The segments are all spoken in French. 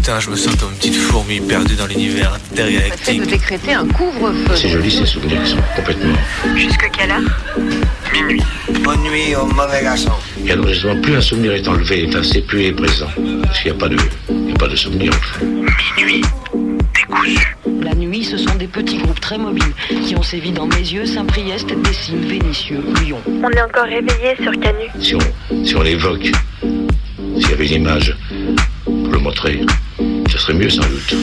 Putain, je me sens comme une petite fourmi perdue dans l'univers intergalactique. Le fait de décréter un couvre-feu. C'est joli ces souvenirs qui sont complètement... Jusque quelle heure? Minuit. Bonne nuit au mauvais garçon. Et alors justement, plus un souvenir est enlevé, c'est plus il est présent. Parce qu'il n'y a pas de souvenir en fait. Minuit. Décousu. La nuit, ce sont des petits groupes très mobiles qui ont sévi dans Mézieux, Saint-Priest, Dessines, Vénissieux, Lyon. On est encore réveillé sur Canu. Si on l'évoque, s'il y avait une image pour le montrer, ce serait mieux sans doute.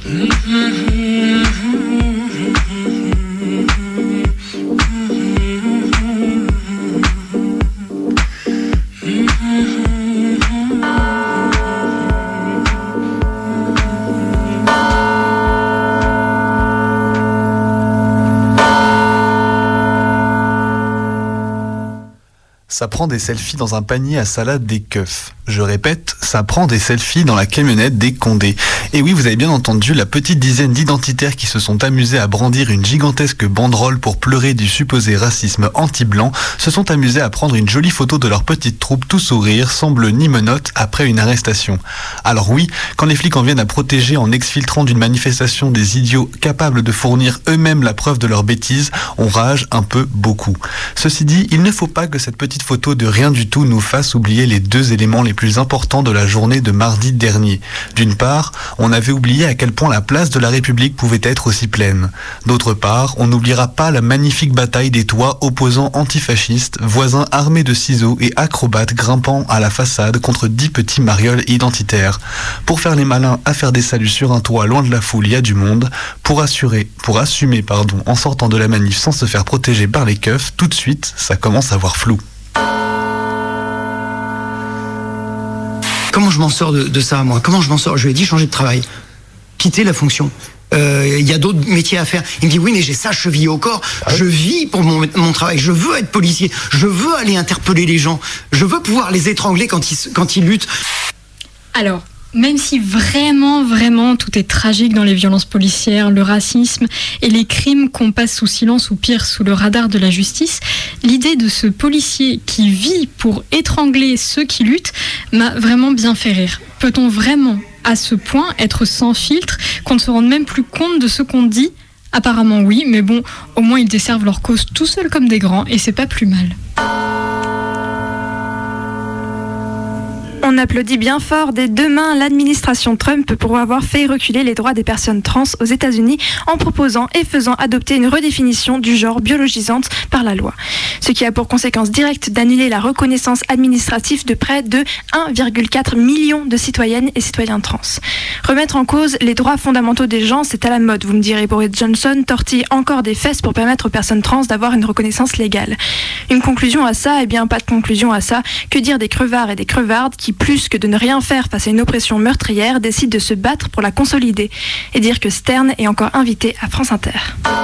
Ça prend des selfies dans un panier à salade des keufs. Je répète, ça prend des selfies dans la camionnette des Condé. Et oui, vous avez bien entendu, la petite dizaine d'identitaires qui se sont amusés à brandir une gigantesque banderole pour pleurer du supposé racisme anti-blanc se sont amusés à prendre une jolie photo de leur petite troupe tout sourire, sans bleu ni menottes, après une arrestation. Alors oui, quand les flics en viennent à protéger en exfiltrant d'une manifestation des idiots capables de fournir eux-mêmes la preuve de leur bêtise, on rage un peu beaucoup. Ceci dit, il ne faut pas que cette petite photo de rien du tout nous fasse oublier les deux éléments les plus importants de la journée de mardi dernier. D'une part, on avait oublié à quel point la place de la République pouvait être aussi pleine. D'autre part, on n'oubliera pas la magnifique bataille des toits opposants antifascistes, voisins armés de ciseaux et acrobates grimpant à la façade contre 10 petits marioles identitaires. Pour faire les malins à faire des saluts sur un toit loin de la foule, il y a du monde. Pour assumer, en sortant de la manif sans se faire protéger par les keufs, tout de suite, ça commence à voir flou. Comment je m'en sors de ça, moi? Comment je m'en sors? Je lui ai dit changer de travail, quitter la fonction. Il y a d'autres métiers à faire. Il me dit oui, mais j'ai ça chevillé au corps. Je vis pour mon travail. Je veux être policier. Je veux aller interpeller les gens. Je veux pouvoir les étrangler quand ils luttent. Alors, même si vraiment tout est tragique dans les violences policières, le racisme et les crimes qu'on passe sous silence ou pire sous le radar de la justice, l'idée de ce policier qui vit pour étrangler ceux qui luttent m'a vraiment bien fait rire. Peut-on vraiment, à ce point, être sans filtre, qu'on ne se rende même plus compte de ce qu'on dit ? Apparemment oui, mais bon, au moins ils desservent leur cause tout seuls comme des grands et c'est pas plus mal. On applaudit bien fort des deux mains l'administration Trump pour avoir fait reculer les droits des personnes trans aux États-Unis en proposant et faisant adopter une redéfinition du genre biologisante par la loi. Ce qui a pour conséquence directe d'annuler la reconnaissance administrative de près de 1,4 million de citoyennes et citoyens trans. Remettre en cause les droits fondamentaux des gens, c'est à la mode. Vous me direz, Boris Johnson tortille encore des fesses pour permettre aux personnes trans d'avoir une reconnaissance légale. Une conclusion à ça? Eh bien, pas de conclusion à ça. Que dire des crevards et des crevardes qui, plus que de ne rien faire face à une oppression meurtrière, décident de se battre pour la consolider. Et dire que Stern est encore invité à France Inter.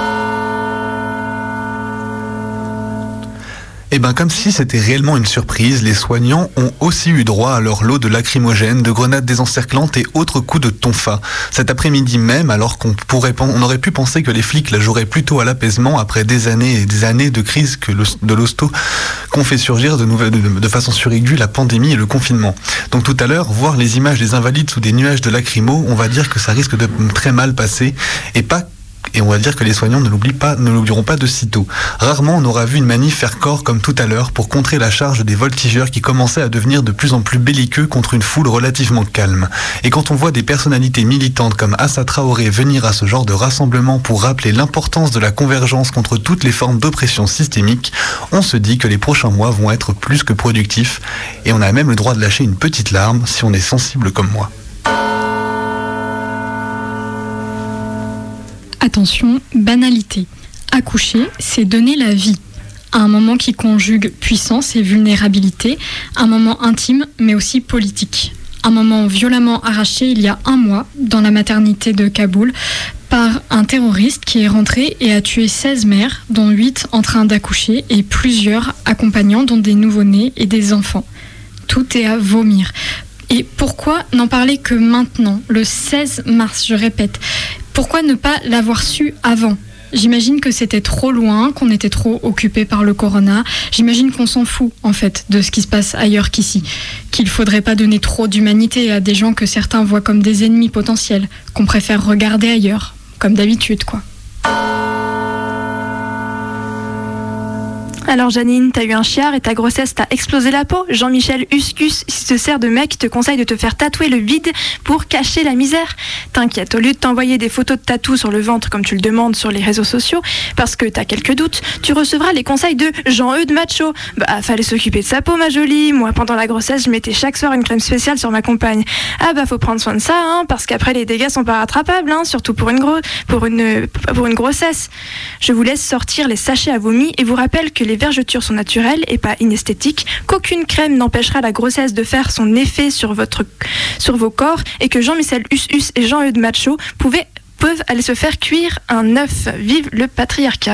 Et ben comme si c'était réellement une surprise, les soignants ont aussi eu droit à leur lot de lacrymogènes, de grenades désencerclantes et autres coups de tonfa. Cet après-midi même, alors on aurait pu penser que les flics la joueraient plutôt à l'apaisement après des années et des années de crise de l'hosto qu'ont fait surgir de façon suraiguë la pandémie et le confinement. Donc tout à l'heure, voir les images des invalides sous des nuages de lacrymo, on va dire que ça risque de très mal passer et on va dire que les soignants ne l'oublieront pas de sitôt. Rarement on aura vu une manif faire corps comme tout à l'heure pour contrer la charge des voltigeurs qui commençaient à devenir de plus en plus belliqueux contre une foule relativement calme. Et quand on voit des personnalités militantes comme Assa Traoré venir à ce genre de rassemblement pour rappeler l'importance de la convergence contre toutes les formes d'oppression systémique, on se dit que les prochains mois vont être plus que productifs et on a même le droit de lâcher une petite larme si on est sensible comme moi. Attention, banalité. Accoucher, c'est donner la vie. Un moment qui conjugue puissance et vulnérabilité, un moment intime mais aussi politique. Un moment violemment arraché il y a 1 mois dans la maternité de Kaboul par un terroriste qui est rentré et a tué 16 mères, dont 8 en train d'accoucher et plusieurs accompagnants dont des nouveau-nés et des enfants. Tout est à vomir. Et pourquoi n'en parler que maintenant, le 16 mars, je répète ? Pourquoi ne pas l'avoir su avant ? J'imagine que c'était trop loin, qu'on était trop occupé par le corona. J'imagine qu'on s'en fout, en fait, de ce qui se passe ailleurs qu'ici. Qu'il faudrait pas donner trop d'humanité à des gens que certains voient comme des ennemis potentiels, qu'on préfère regarder ailleurs, comme d'habitude, quoi. Alors Janine, t'as eu un chiard et ta grossesse t'a explosé la peau. Jean-Michel Uscus, s'il te sert de mec, te conseille de te faire tatouer le vide pour cacher la misère. T'inquiète, au lieu de t'envoyer des photos de tatou sur le ventre comme tu le demandes sur les réseaux sociaux, parce que t'as quelques doutes, tu recevras les conseils de Jean-Eudes Macho. Bah, fallait s'occuper de sa peau, ma jolie. Moi, pendant la grossesse, je mettais chaque soir une crème spéciale sur ma compagne. Ah bah, faut prendre soin de ça, hein, parce qu'après les dégâts sont pas rattrapables, hein, surtout pour une grossesse. Je vous laisse sortir les sachets à vomi et vous rappelle que les vergetures sont naturelles et pas inesthétiques, qu'aucune crème n'empêchera la grossesse de faire son effet sur vos corps et que Jean-Michel Us et Jean-Eudes Macho peuvent aller se faire cuire un œuf. Vive le patriarcat.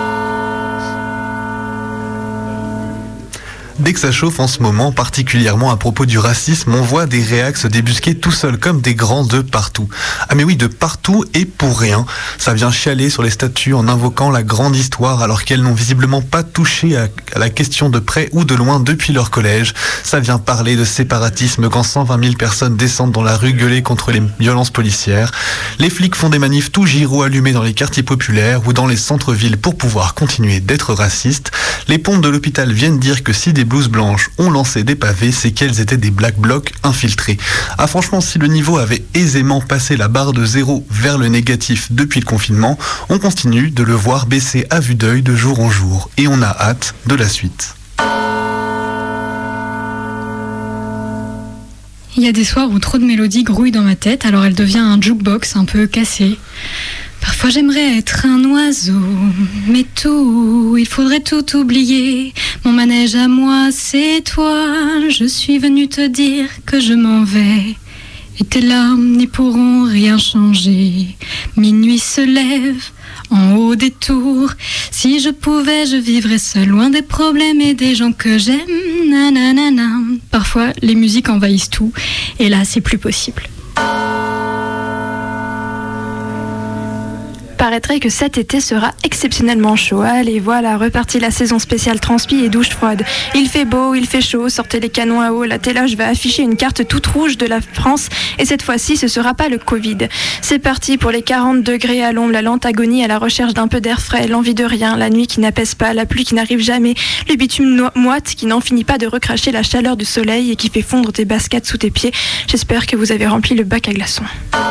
Dès que ça chauffe en ce moment, particulièrement à propos du racisme, on voit des réacs se débusquer tout seuls comme des grands de partout. Ah mais oui, de partout et pour rien. Ça vient chialer sur les statues en invoquant la grande histoire alors qu'elles n'ont visiblement pas touché à la question de près ou de loin depuis leur collège. Ça vient parler de séparatisme quand 120 000 personnes descendent dans la rue gueuler contre les violences policières. Les flics font des manifs tout gyro allumés dans les quartiers populaires ou dans les centres-villes pour pouvoir continuer d'être racistes. Les pompes de l'hôpital viennent dire que si des blouses blanches ont lancé des pavés, c'est qu'elles étaient des black blocs infiltrés. Ah franchement, si le niveau avait aisément passé la barre de 0 vers le négatif depuis le confinement, on continue de le voir baisser à vue d'œil de jour en jour. Et on a hâte de la suite. Il y a des soirs où trop de mélodies grouillent dans ma tête, alors elle devient un jukebox un peu cassé. Parfois j'aimerais être un oiseau, mais il faudrait tout oublier. Mon manège à moi, c'est toi. Je suis venue te dire que je m'en vais. Et tes larmes n'y pourront rien changer. Minuit se lève en haut des tours. Si je pouvais, je vivrais seul, loin des problèmes et des gens que j'aime. Nanana. Parfois, les musiques envahissent tout. Et là, c'est plus possible. Paraîtrait que cet été sera exceptionnellement chaud. Allez, voilà, reparti la saison spéciale transpi et douche froide. Il fait beau, il fait chaud, sortez les canons à eau. La téloge va afficher une carte toute rouge de la France et cette fois-ci, ce sera pas le Covid. C'est parti pour les 40 degrés à l'ombre, la lente agonie à la recherche d'un peu d'air frais, l'envie de rien, la nuit qui n'apaise pas, la pluie qui n'arrive jamais, le bitume moite qui n'en finit pas de recracher la chaleur du soleil et qui fait fondre tes baskets sous tes pieds. J'espère que vous avez rempli le bac à glaçons.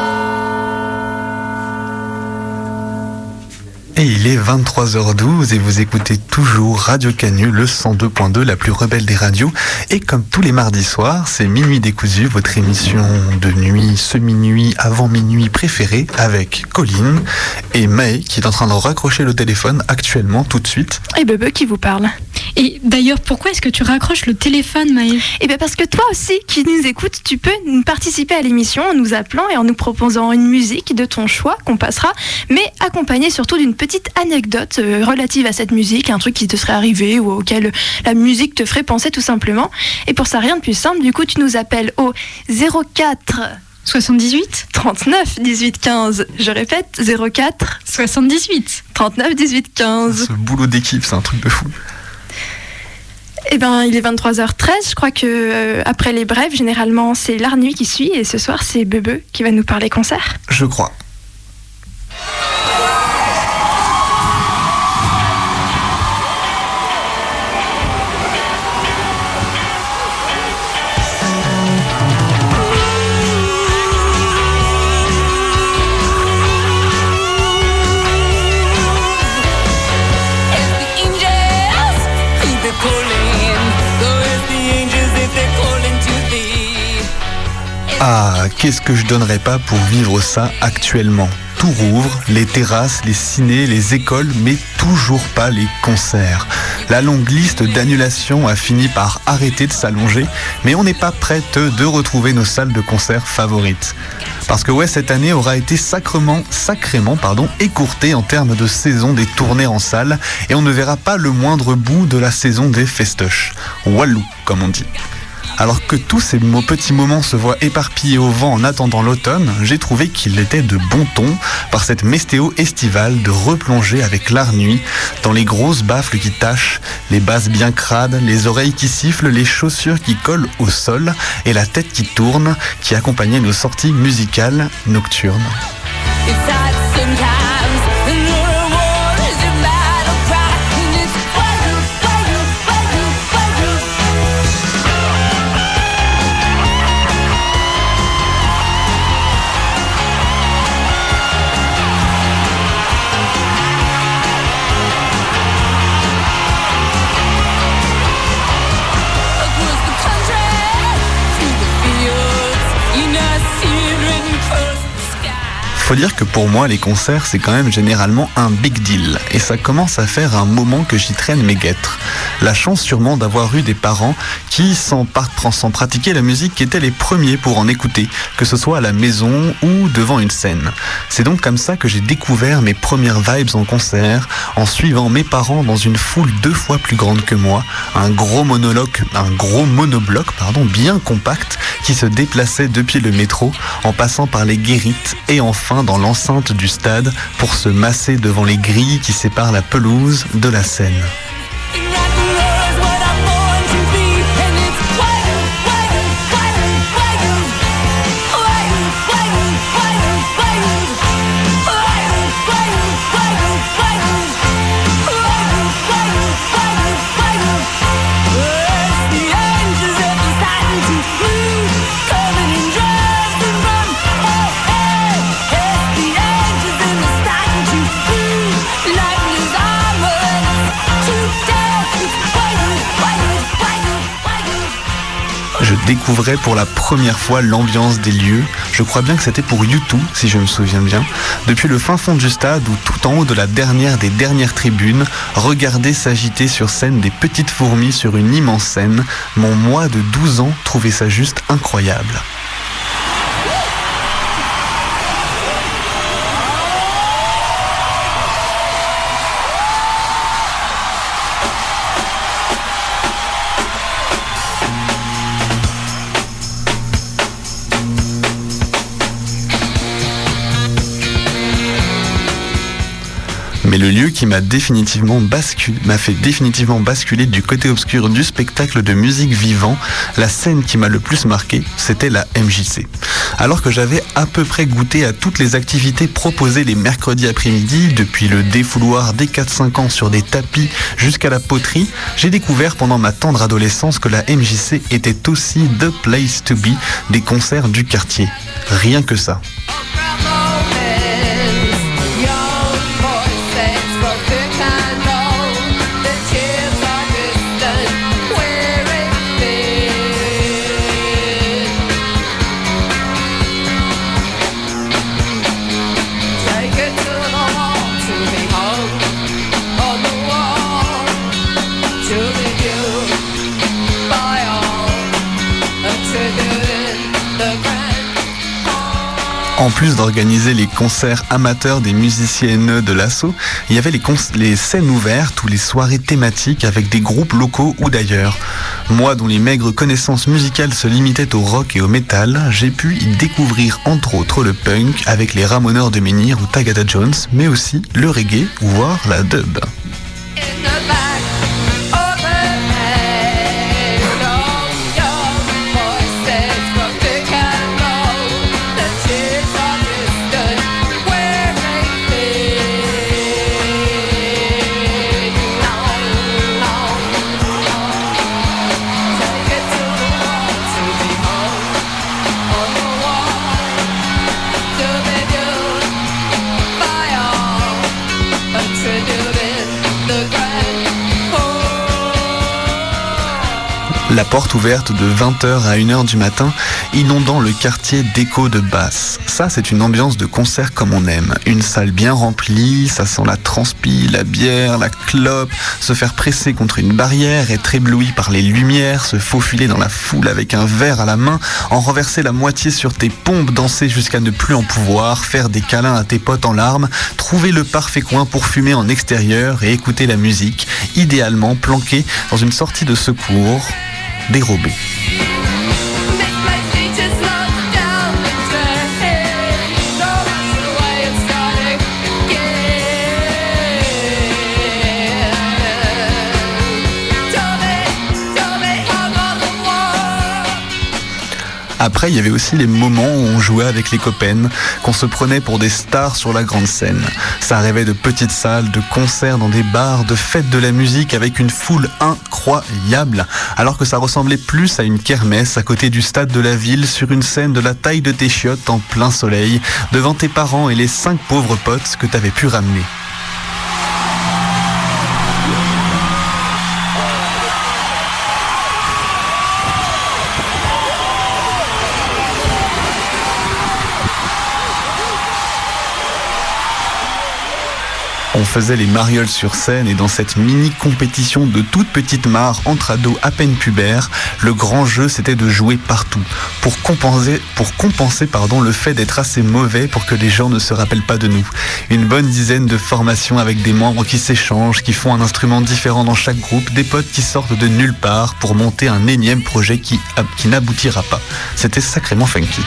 Et il est 23h12 et vous écoutez toujours Radio Canu, le 102.2, la plus rebelle des radios. Et comme tous les mardis soirs, c'est Minuit décousu, votre émission de nuit, semi-nuit, avant minuit préférée, avec Colline et Maë qui est en train de raccrocher le téléphone actuellement, tout de suite. Et Bebe qui vous parle. Et d'ailleurs, pourquoi est-ce que tu raccroches le téléphone, Maë ? Eh bien parce que toi aussi, qui nous écoutes, tu peux participer à l'émission en nous appelant et en nous proposant une musique de ton choix qu'on passera, mais accompagnée surtout d'une petite anecdote relative à cette musique, un truc qui te serait arrivé ou auquel la musique te ferait penser tout simplement. Et pour ça, rien de plus simple, du coup, tu nous appelles au 04 78 39 18 15. Je répète, 04 78 39 18 15. Ce boulot d'équipe, c'est un truc de fou. Eh ben, il est 23h13. Je crois que après les brèves, généralement, c'est l'art nuit qui suit. Et ce soir, c'est Bebe qui va nous parler concert. Je crois. Ah, qu'est-ce que je donnerais pas pour vivre ça actuellement ? Tout rouvre, les terrasses, les cinés, les écoles, mais toujours pas les concerts. La longue liste d'annulations a fini par arrêter de s'allonger, mais on n'est pas prête de retrouver nos salles de concert favorites. Parce que ouais, cette année aura été sacrément écourtée en termes de saison des tournées en salle, et on ne verra pas le moindre bout de la saison des festoches. Wallou, comme on dit. Alors que tous ces petits moments se voient éparpillés au vent en attendant l'automne, j'ai trouvé qu'il était de bon ton, par cette météo estivale, de replonger avec l'art nuit dans les grosses baffles qui tâchent, les basses bien crades, les oreilles qui sifflent, les chaussures qui collent au sol et la tête qui tourne, qui accompagnait nos sorties musicales nocturnes. Faut dire que pour moi, les concerts, c'est quand même généralement un big deal. Et ça commence à faire un moment que j'y traîne mes guêtres. La chance sûrement d'avoir eu des parents qui, sans pratiquer la musique, étaient les premiers pour en écouter, que ce soit à la maison ou devant une scène. C'est donc comme ça que j'ai découvert mes premières vibes en concert, en suivant mes parents dans une foule 2 fois plus grande que moi, un gros monobloc bien compact qui se déplaçait depuis le métro, en passant par les guérites et enfin dans l'enceinte du stade pour se masser devant les grilles qui séparent la pelouse de la scène. Je découvrais pour la première fois l'ambiance des lieux. Je crois bien que c'était pour U2, si je me souviens bien. Depuis le fin fond du stade ou tout en haut de la dernière des dernières tribunes, regarder s'agiter sur scène des petites fourmis sur une immense scène, mon moi de 12 ans trouvait ça juste incroyable. Mais le lieu qui m'a fait définitivement basculer du côté obscur du spectacle de musique vivant, la scène qui m'a le plus marqué, c'était la MJC. Alors que j'avais à peu près goûté à toutes les activités proposées les mercredis après-midi, depuis le défouloir des 4-5 ans sur des tapis jusqu'à la poterie, j'ai découvert pendant ma tendre adolescence que la MJC était aussi the place to be des concerts du quartier. Rien que ça. En plus d'organiser les concerts amateurs des musiciennes de l'assaut, il y avait les scènes ouvertes ou les soirées thématiques avec des groupes locaux ou d'ailleurs. Moi, dont les maigres connaissances musicales se limitaient au rock et au métal, j'ai pu y découvrir entre autres le punk avec les Ramoneurs de Menhir ou Tagada Jones, mais aussi le reggae ou voire la dub. La porte ouverte de 20h à 1h du matin, inondant le quartier d'échos de basse. Ça, c'est une ambiance de concert comme on aime. Une salle bien remplie, ça sent la transpi, la bière, la clope, se faire presser contre une barrière, être ébloui par les lumières, se faufiler dans la foule avec un verre à la main, en renverser la moitié sur tes pompes, danser jusqu'à ne plus en pouvoir, faire des câlins à tes potes en larmes, trouver le parfait coin pour fumer en extérieur et écouter la musique, idéalement planqué dans une sortie de secours, dérobé. Après, il y avait aussi les moments où on jouait avec les copains, qu'on se prenait pour des stars sur la grande scène. Ça rêvait de petites salles, de concerts dans des bars, de fêtes de la musique avec une foule incroyable, alors que ça ressemblait plus à une kermesse à côté du stade de la ville, sur une scène de la taille de tes chiottes en plein soleil, devant tes parents et les 5 pauvres potes que t'avais pu ramener. On faisait les marioles sur scène et dans cette mini-compétition de toute petite mare entre ados à peine pubères, le grand jeu c'était de jouer partout, pour compenser le fait d'être assez mauvais pour que les gens ne se rappellent pas de nous. Une bonne dizaine de formations avec des membres qui s'échangent, qui font un instrument différent dans chaque groupe, des potes qui sortent de nulle part pour monter un énième projet qui n'aboutira pas. C'était sacrément funky.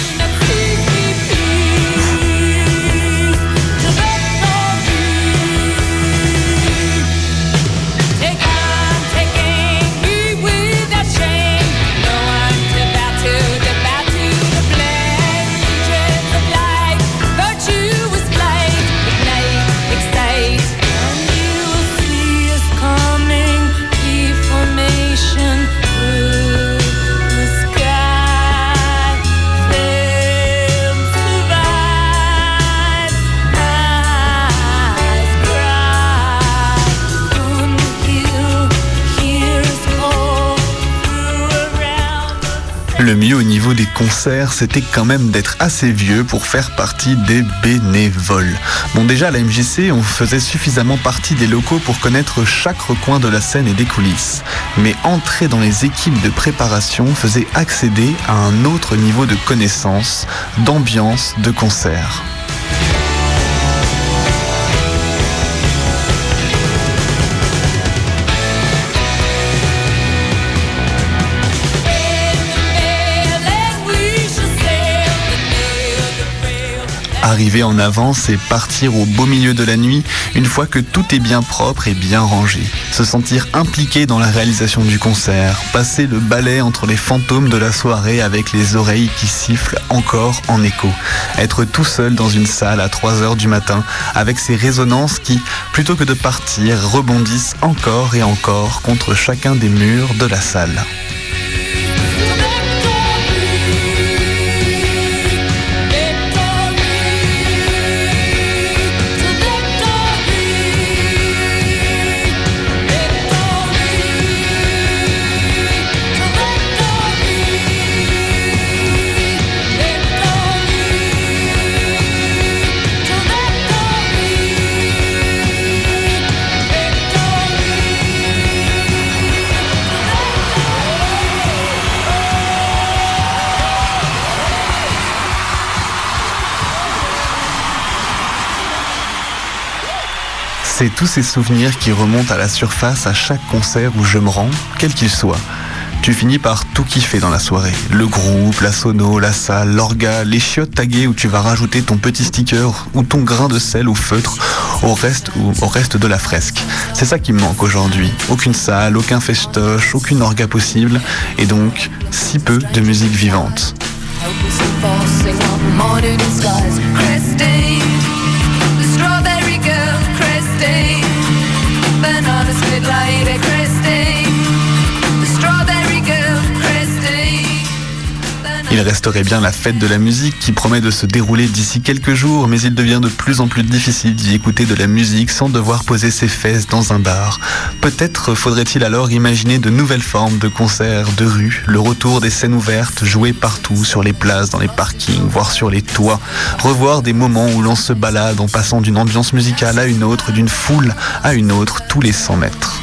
Le mieux au niveau des concerts, c'était quand même d'être assez vieux pour faire partie des bénévoles. Bon, déjà à la MJC, on faisait suffisamment partie des locaux pour connaître chaque recoin de la scène et des coulisses. Mais entrer dans les équipes de préparation faisait accéder à un autre niveau de connaissance, d'ambiance, de concert. Arriver en avance et partir au beau milieu de la nuit, une fois que tout est bien propre et bien rangé. Se sentir impliqué dans la réalisation du concert, passer le balai entre les fantômes de la soirée avec les oreilles qui sifflent encore en écho. Être tout seul dans une salle à 3h du matin, avec ces résonances qui, plutôt que de partir, rebondissent encore et encore contre chacun des murs de la salle. C'est tous ces souvenirs qui remontent à la surface à chaque concert où je me rends, quel qu'il soit. Tu finis par tout kiffer dans la soirée. Le groupe, la sono, la salle, l'orga, les chiottes taguées où tu vas rajouter ton petit sticker ou ton grain de sel ou feutre au reste de la fresque. C'est ça qui me manque aujourd'hui. Aucune salle, aucun festoche, aucune orga possible et donc si peu de musique vivante. Il resterait bien la fête de la musique qui promet de se dérouler d'ici quelques jours, mais il devient de plus en plus difficile d'y écouter de la musique sans devoir poser ses fesses dans un bar. Peut-être faudrait-il alors imaginer de nouvelles formes de concerts de rue, le retour des scènes ouvertes, jouées partout, sur les places, dans les parkings, voire sur les toits, revoir des moments où l'on se balade en passant d'une ambiance musicale à une autre, d'une foule à une autre, tous les 100 mètres.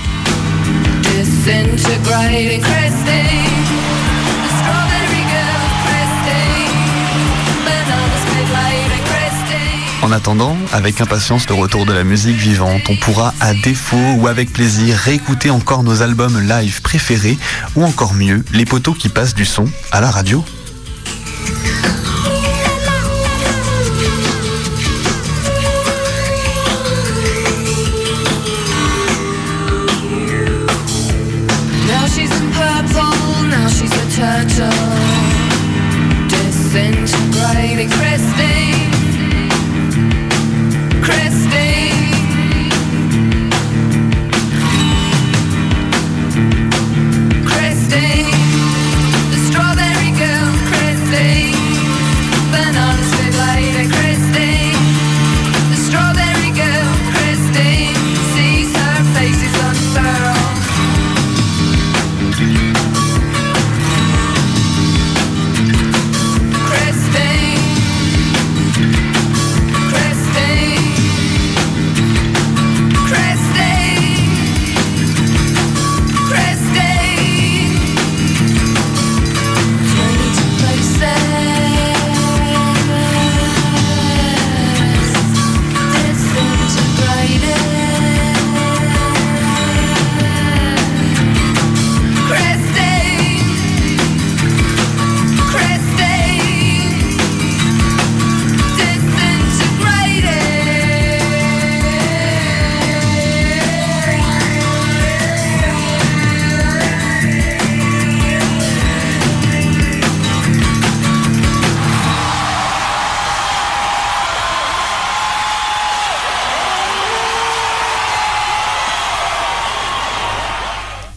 En attendant, avec impatience le retour de la musique vivante, on pourra à défaut ou avec plaisir réécouter encore nos albums live préférés ou encore mieux, les poteaux qui passent du son à la radio. Now she's in purple, now she's a turtle.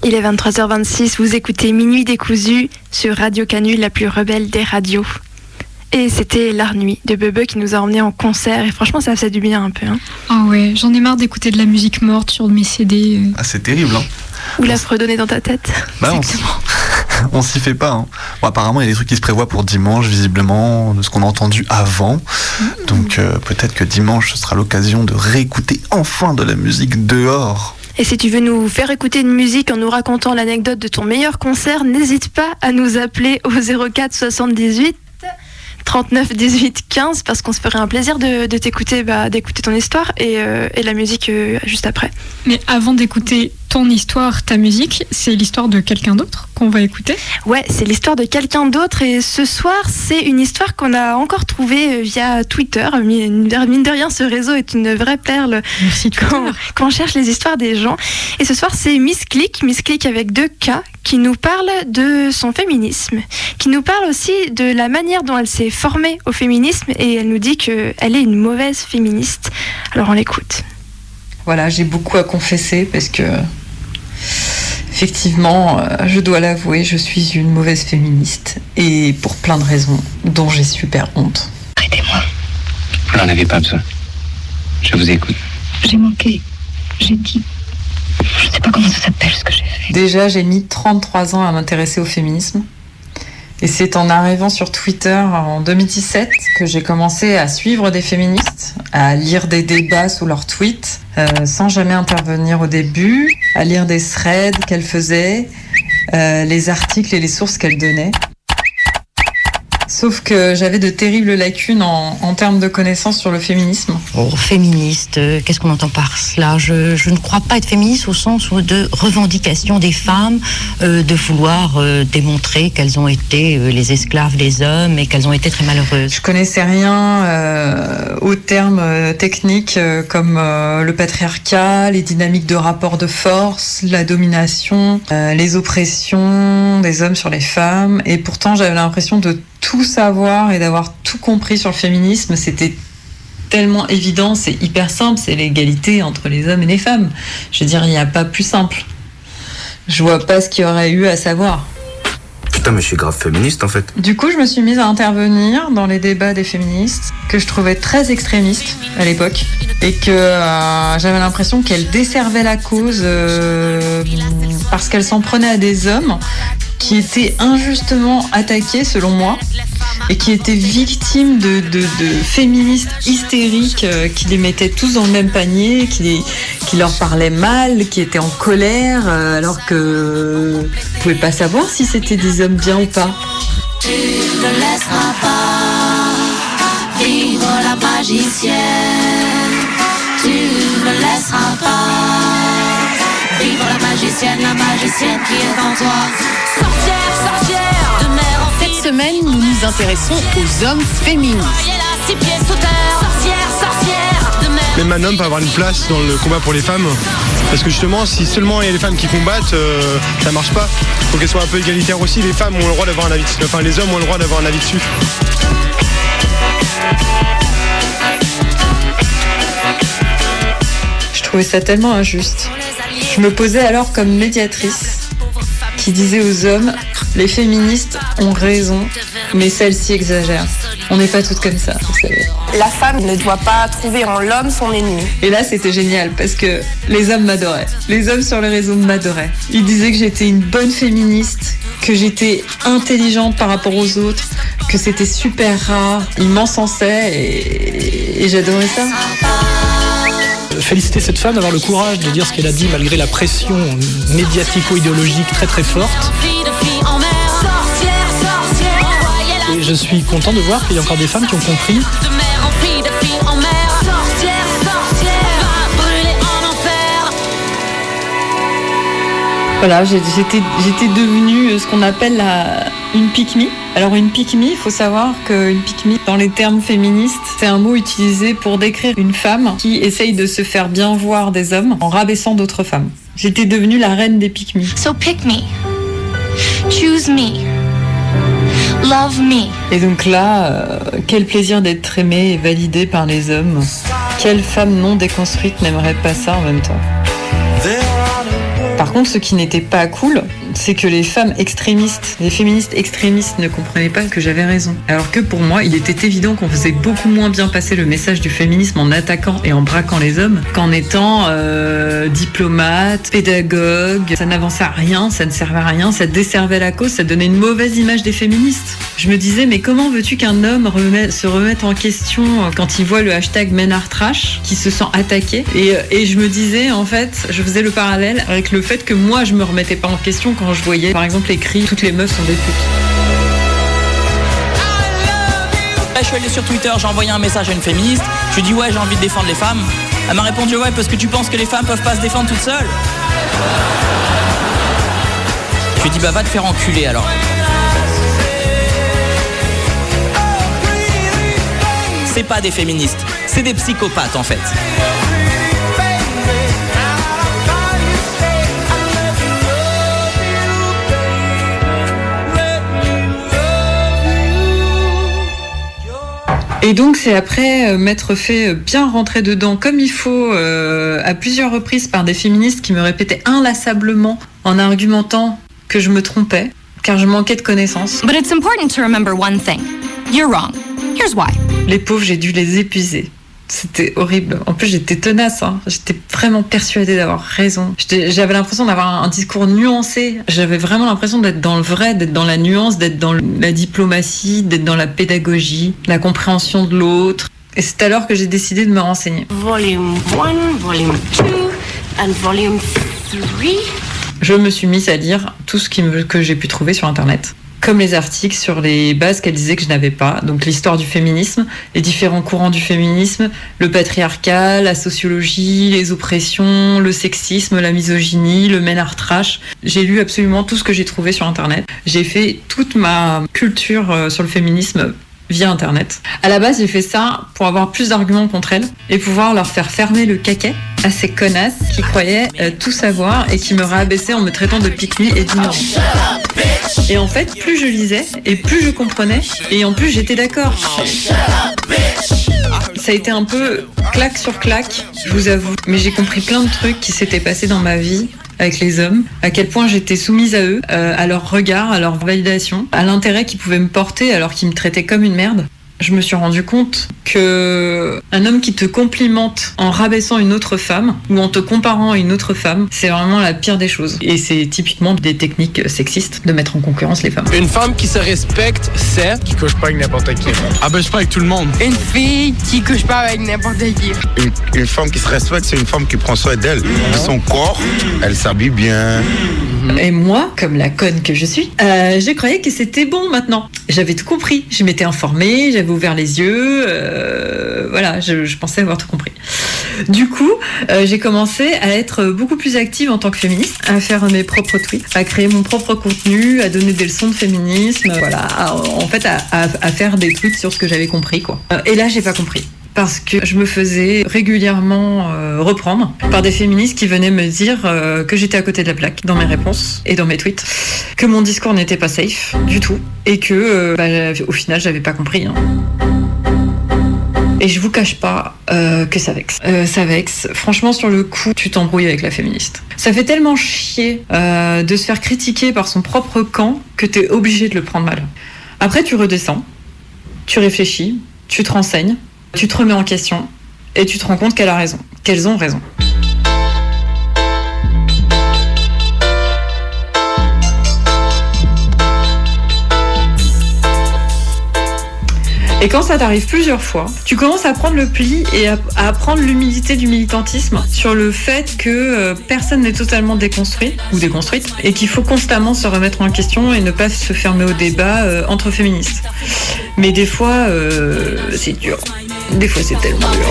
Il est 23h26, vous écoutez Minuit décousu sur Radio Canu, la plus rebelle des radios. Et c'était L'Art Nuit de Bebe qui nous a emmenés en concert et franchement ça faisait du bien un peu. Ah ouais, j'en ai marre d'écouter de la musique morte sur mes CD. Ah, c'est terrible, hein. Ou la fredonner dans ta tête. Bah, on s'y fait pas. Bon, apparemment, il y a des trucs qui se prévoient pour dimanche, visiblement, de ce qu'on a entendu avant. Donc peut-être que dimanche, ce sera l'occasion de réécouter enfin de la musique dehors. Et si tu veux nous faire écouter une musique en nous racontant l'anecdote de ton meilleur concert, n'hésite pas à nous appeler au 04 78 39 18 15 parce qu'on se ferait un plaisir de t'écouter, d'écouter ton histoire et la musique juste après. Mais avant d'écouter ton histoire, ta musique, c'est l'histoire de quelqu'un d'autre qu'on va écouter ? Ouais, c'est l'histoire de quelqu'un d'autre et ce soir, c'est une histoire qu'on a encore trouvée via Twitter. Mine de rien, ce réseau est une vraie perle. Merci quand on cherche les histoires des gens. Et ce soir, c'est Miss Click avec 2 K, qui nous parle de son féminisme, qui nous parle aussi de la manière dont elle s'est formée au féminisme et elle nous dit qu'elle est une mauvaise féministe. Alors on l'écoute. Voilà, j'ai beaucoup à confesser parce que, effectivement, je dois l'avouer, je suis une mauvaise féministe et pour plein de raisons dont j'ai super honte. Arrêtez-moi. Vous n'en avez pas besoin. Je vous écoute. J'ai manqué. J'ai dit. Je sais pas comment ça s'appelle ce que j'ai fait. Déjà, j'ai mis 33 ans à m'intéresser au féminisme. Et c'est en arrivant sur Twitter en 2017 que j'ai commencé à suivre des féministes, à lire des débats sous leurs tweets, sans jamais intervenir au début, à lire des threads qu'elles faisaient, les articles et les sources qu'elles donnaient. Sauf que j'avais de terribles lacunes en termes de connaissances sur le féminisme. Oh, féministe, qu'est-ce qu'on entend par cela ? Je ne crois pas être féministe au sens de revendication des femmes, de vouloir démontrer qu'elles ont été les esclaves des hommes et qu'elles ont été très malheureuses. Je connaissais rien aux termes techniques comme le patriarcat, les dynamiques de rapport de force, la domination, les oppressions des hommes sur les femmes. Et pourtant, j'avais l'impression de tout savoir et d'avoir tout compris sur le féminisme. C'était tellement évident, c'est hyper simple, c'est l'égalité entre les hommes et les femmes. Je veux dire, il n'y a pas plus simple. Je vois pas ce qu'il y aurait eu à savoir. Putain, mais je suis grave féministe en fait. Du coup, je me suis mise à intervenir dans les débats des féministes, que je trouvais très extrémistes à l'époque, et que j'avais l'impression qu'elles desservaient la cause parce qu'elles s'en prenaient à des hommes qui étaient injustement attaqués, selon moi, et qui étaient victimes de féministes hystériques qui les mettaient tous dans le même panier, qui leur parlaient mal, qui étaient en colère, alors que vous pouvez pas savoir si c'était des hommes bien ou pas. Tu ne laisseras pas vivre la magicienne. Tu ne laisseras pas vivre la magicienne qui est en toi. Sorcière, de mer en fille. Cette semaine, nous nous intéressons aux hommes féministes. Même un homme peut avoir une place dans le combat pour les femmes. Parce que justement, si seulement il y a les femmes qui combattent, ça marche pas. Il faut qu'elles soient un peu égalitaires aussi. Les femmes ont le droit d'avoir un avis dessus. Enfin, les hommes ont le droit d'avoir un avis dessus. Je trouvais ça tellement injuste. Je me posais alors comme médiatrice qui disait aux hommes, les féministes ont raison, mais celles-ci exagèrent. On n'est pas toutes comme ça, vous savez. La femme ne doit pas trouver en l'homme son ennemi. Et là, c'était génial parce que les hommes m'adoraient. Les hommes sur les réseaux m'adoraient. Ils disaient que j'étais une bonne féministe, que j'étais intelligente par rapport aux autres, que c'était super rare. Ils m'encensaient et j'adorais ça. Féliciter cette femme d'avoir le courage de dire ce qu'elle a dit malgré la pression médiatico-idéologique très très forte. Et je suis content de voir qu'il y a encore des femmes qui ont compris. Voilà, j'étais devenue ce qu'on appelle une pick-me. Alors une pick-me, il faut savoir qu'une pick-me, dans les termes féministes, c'est un mot utilisé pour décrire une femme qui essaye de se faire bien voir des hommes en rabaissant d'autres femmes. J'étais devenue la reine des pick-me. So pick me. Choose me. Love me. Et donc là, quel plaisir d'être aimée et validée par les hommes. Quelle femme non déconstruite n'aimerait pas ça en même temps? Par contre, ce qui n'était pas cool, c'est que les femmes extrémistes, les féministes extrémistes ne comprenaient pas que j'avais raison. Alors que pour moi, il était évident qu'on faisait beaucoup moins bien passer le message du féminisme en attaquant et en braquant les hommes qu'en étant diplomate, pédagogue. Ça n'avançait à rien, ça ne servait à rien, ça desservait la cause, ça donnait une mauvaise image des féministes. Je me disais, mais comment veux-tu qu'un homme se remette en question quand il voit le hashtag #menartrash, qui se sent attaqué? Et je me disais, en fait, je faisais le parallèle avec le fait que moi, je me remettais pas en question quand je voyais, par exemple, écrit « Toutes les meufs sont des putes ». Je suis allé sur Twitter, j'ai envoyé un message à une féministe, je lui ai dit « Ouais, j'ai envie de défendre les femmes ». Elle m'a répondu « Ouais, parce que tu penses que les femmes peuvent pas se défendre toutes seules ». Je lui ai dit « Bah, va te faire enculer alors ». C'est pas des féministes, c'est des psychopathes en fait. Et donc c'est après m'être fait bien rentrer dedans comme il faut à plusieurs reprises par des féministes qui me répétaient inlassablement en argumentant que je me trompais car je manquais de connaissances. But it's important to remember one thing. You're wrong. Here's why. Les pauvres, j'ai dû les épuiser. C'était horrible. En plus, j'étais tenace. J'étais vraiment persuadée d'avoir raison. J'avais l'impression d'avoir un discours nuancé. J'avais vraiment l'impression d'être dans le vrai, d'être dans la nuance, d'être dans la diplomatie, d'être dans la pédagogie, la compréhension de l'autre. Et c'est alors que j'ai décidé de me renseigner. Volume 1, volume 2 and volume 3. Je me suis mise à lire tout ce que j'ai pu trouver sur Internet. Comme les articles sur les bases qu'elle disait que je n'avais pas. Donc l'histoire du féminisme, les différents courants du féminisme, le patriarcat, la sociologie, les oppressions, le sexisme, la misogynie, le menartrash. J'ai lu absolument tout ce que j'ai trouvé sur Internet. J'ai fait toute ma culture sur le féminisme via Internet. À la base, j'ai fait ça pour avoir plus d'arguments contre elles et pouvoir leur faire fermer le caquet à ces connasses qui croyaient tout savoir et qui me rabaissaient en me traitant de pique-me et d'ignorante. Et en fait, plus je lisais et plus je comprenais et en plus j'étais d'accord. Ça a été un peu claque sur claque, je vous avoue. Mais j'ai compris plein de trucs qui s'étaient passés dans ma vie avec les hommes, à quel point j'étais soumise à eux, à leur regard, à leur validation, à l'intérêt qu'ils pouvaient me porter alors qu'ils me traitaient comme une merde. Je me suis rendu compte que un homme qui te complimente en rabaissant une autre femme ou en te comparant à une autre femme, c'est vraiment la pire des choses. Et c'est typiquement des techniques sexistes de mettre en concurrence les femmes. Une femme qui se respecte, c'est qui couche pas avec n'importe qui. Ah ben je pas avec tout le monde. Une fille qui couche pas avec n'importe qui. Une femme qui se respecte, c'est une femme qui prend soin d'elle. Son corps, elle s'habille bien. Et moi, comme la conne que je suis, je croyais que c'était bon maintenant. J'avais tout compris. Je m'étais informée, j'avais ouvert les yeux. Voilà, je pensais avoir tout compris. Du coup, j'ai commencé à être beaucoup plus active en tant que féministe, à faire mes propres tweets, à créer mon propre contenu, à donner des leçons de féminisme. Voilà, en fait, à faire des tweets sur ce que j'avais compris, quoi. Et là, j'ai pas compris. Parce que je me faisais régulièrement reprendre par des féministes qui venaient me dire que j'étais à côté de la plaque dans mes réponses et dans mes tweets, que mon discours n'était pas safe du tout et que au final j'avais pas compris. Et je vous cache pas que ça vexe. Ça vexe. Franchement, sur le coup, tu t'embrouilles avec la féministe. Ça fait tellement chier de se faire critiquer par son propre camp que t'es obligé de le prendre mal. Après, tu redescends, tu réfléchis, tu te renseignes, tu te remets en question et tu te rends compte qu'elle a raison, qu'elles ont raison. Et quand ça t'arrive plusieurs fois, tu commences à prendre le pli et à apprendre l'humilité du militantisme sur le fait que personne n'est totalement déconstruit ou déconstruite et qu'il faut constamment se remettre en question et ne pas se fermer au débat entre féministes. Mais des fois, c'est dur. Des fois, c'est tellement dur.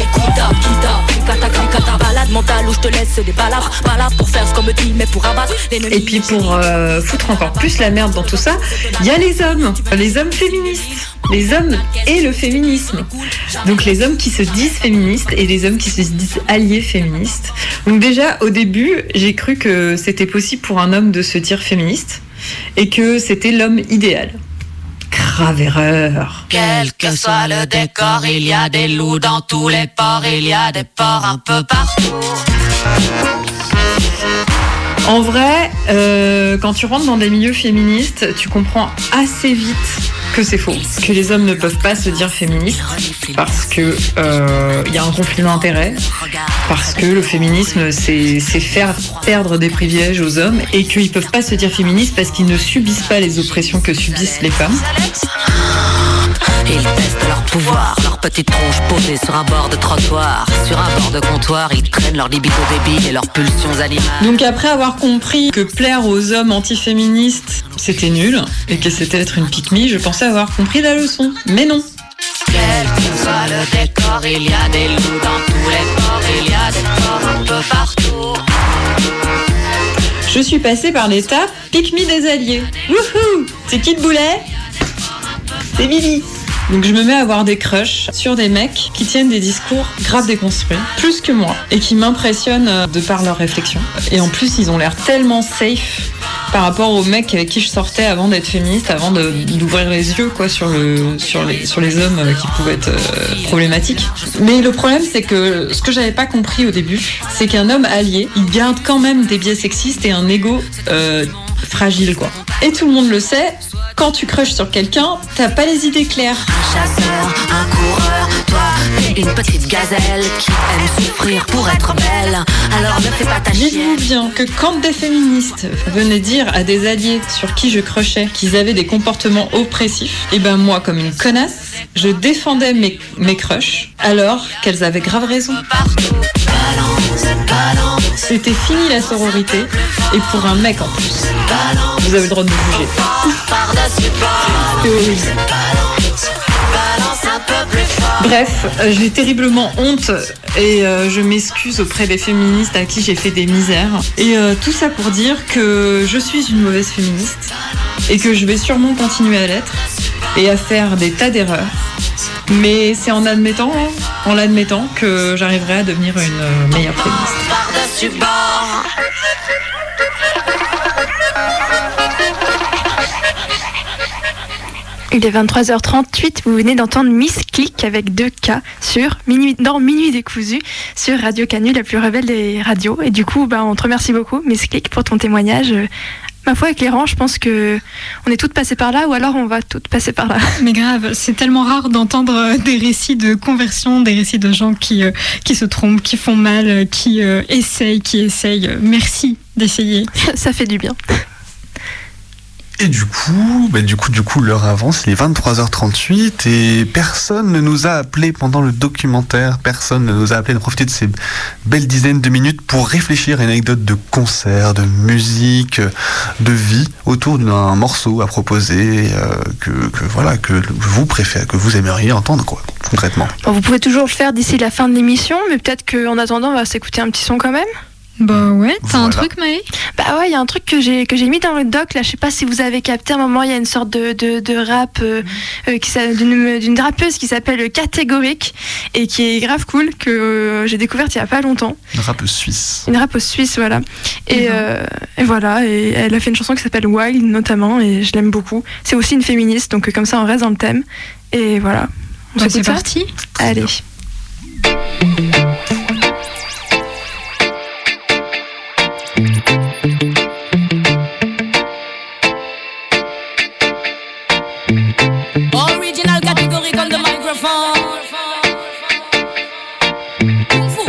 Et puis pour foutre encore plus la merde dans tout ça, il y a les hommes féministes. Les hommes et le féminisme. Donc les hommes qui se disent féministes et les hommes qui se disent alliés féministes. Donc déjà, au début, j'ai cru que c'était possible pour un homme de se dire féministe et que c'était l'homme idéal. Grave erreur. Quel que soit le décor, il y a des loups dans tous les ports, il y a des ports un peu partout. En vrai, quand tu rentres dans des milieux féministes, tu comprends assez vite que c'est faux, que les hommes ne peuvent pas se dire féministes parce que y a un conflit d'intérêts, parce que le féminisme c'est faire perdre des privilèges aux hommes et qu'ils peuvent pas se dire féministes parce qu'ils ne subissent pas les oppressions que subissent les femmes. Ils testent leur pouvoir, leur petite tronche posée sur un bord de trottoir. Sur un bord de comptoir, ils traînent leur libido débile et leurs pulsions animales. Donc après avoir compris que plaire aux hommes antiféministes, c'était nul, et que c'était être une pique-me, je pensais avoir compris la leçon. Mais non. Quel que soit le décor, il y a des loups dans tous les ports. Il y a des ports un peu partout. Je suis passée par l'étape pique-me des alliés. Wouhou! C'est qui le boulet? C'est Billy. Donc je me mets à avoir des crushs sur des mecs qui tiennent des discours grave déconstruits, plus que moi, et qui m'impressionnent de par leurs réflexions. Et en plus, ils ont l'air tellement safe par rapport aux mecs avec qui je sortais avant d'être féministe, avant d'ouvrir les yeux quoi, sur les hommes qui pouvaient être problématiques. Mais le problème, c'est que ce que j'avais pas compris au début, c'est qu'un homme allié, il garde quand même des biais sexistes et un ego fragile, quoi. Et tout le monde le sait, quand tu crushes sur quelqu'un, t'as pas les idées claires. Un chasseur, un coureur, toi, t'es une petite gazelle qui aime souffrir pour être belle. Alors ne fais pas ta chienne. Dites-vous bien que quand des féministes venaient dire à des alliés sur qui je crushais qu'ils avaient des comportements oppressifs, et ben moi, comme une connasse, je défendais mes crushs alors qu'elles avaient grave raison. C'était fini la sororité, et pour un mec en plus. Vous avez le droit de me juger. C'est horrible. Bref, j'ai terriblement honte et je m'excuse auprès des féministes à qui j'ai fait des misères. Et tout ça pour dire que je suis une mauvaise féministe et que je vais sûrement continuer à l'être et à faire des tas d'erreurs. Mais c'est en l'admettant que j'arriverai à devenir une meilleure féministe. Il est 23h38, vous venez d'entendre Miss Click avec 2K dans Minuit décousu sur Radio Canu, la plus rebelle des radios. Et du coup, on te remercie beaucoup, Miss Click, pour ton témoignage. Ma foi, éclairant, je pense que on est toutes passées par là, ou alors on va toutes passer par là. Mais grave, c'est tellement rare d'entendre des récits de conversion, des récits de gens qui se trompent, qui font mal, qui essayent. Merci d'essayer. Ça fait du bien. Et du coup, l'heure avance, il est 23h38 et personne ne nous a appelé pendant le documentaire, personne ne nous a appelé de profiter de ces belles dizaines de minutes pour réfléchir à une anecdote de concert, de musique, de vie autour d'un morceau à proposer que vous préférez, que vous aimeriez entendre quoi, concrètement. Bon, vous pouvez toujours le faire d'ici la fin de l'émission, mais peut-être qu'en attendant, on va s'écouter un petit son quand même. Bah ouais, t'as un truc, Maë ? Bah ouais, il y a un truc que j'ai mis dans le doc, là, je sais pas si vous avez capté, à un moment, il y a une sorte de rap d'une rappeuse qui s'appelle Catégorique et qui est grave cool, que j'ai découverte il y a pas longtemps. Une rappeuse suisse. Une rappeuse suisse, voilà. Et voilà, et elle a fait une chanson qui s'appelle Wild, notamment, et je l'aime beaucoup. C'est aussi une féministe, donc comme ça, on reste dans le thème. Et voilà. C'est parti. Allez. Original category on the microphone. Kung Fu.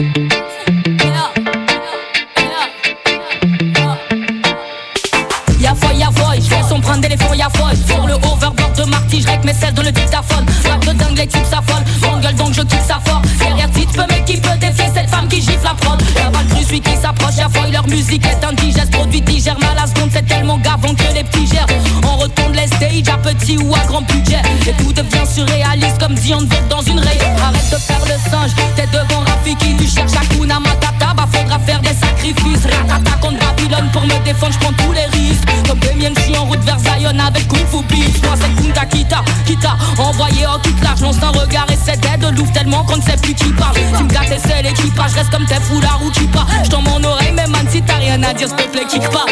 Yeah. Y'a foy, je fais son prendre d'éléphant, y'a foy. Sur le overboard de Marty, je règle mes selles dans le dictaphone. Rap de dingue, les types s'affolent. Mon gueule donc je kick sa fort. Derrière titre, peu mec qui peut défier cette femme qui gifle la prod. Y'a pas le cru, celui qui s'approche, y'a foy, leur musique est indigeste. Produit digère mal à la seconde, c'est tellement gavant que les petits gèrent. On retourne les stages à petit ou à grand budget. Et tout devient surréaliste comme si on vote dans une raie. Arrête de faire le singe, t'es devant Rafiki. Tu cherches Hakuna Matata, bah faudra faire des sacrifices. Ratata contre Babylone, pour me défendre, j'prends tous les risques. Comme des miennes, j'suis en route vers Zion avec Kung Fu Beats. Moi c'est Kunta Kita, envoyé en toute large. Lance un regard et c'est dead, l'ouvre tellement qu'on ne sait plus qui parle. Tu me gâtes et c'est l'équipage, reste comme tes foulards ou qui pas. J'tends mon oreille, mais man si t'as rien à dire, s'il te plaît, kick pas.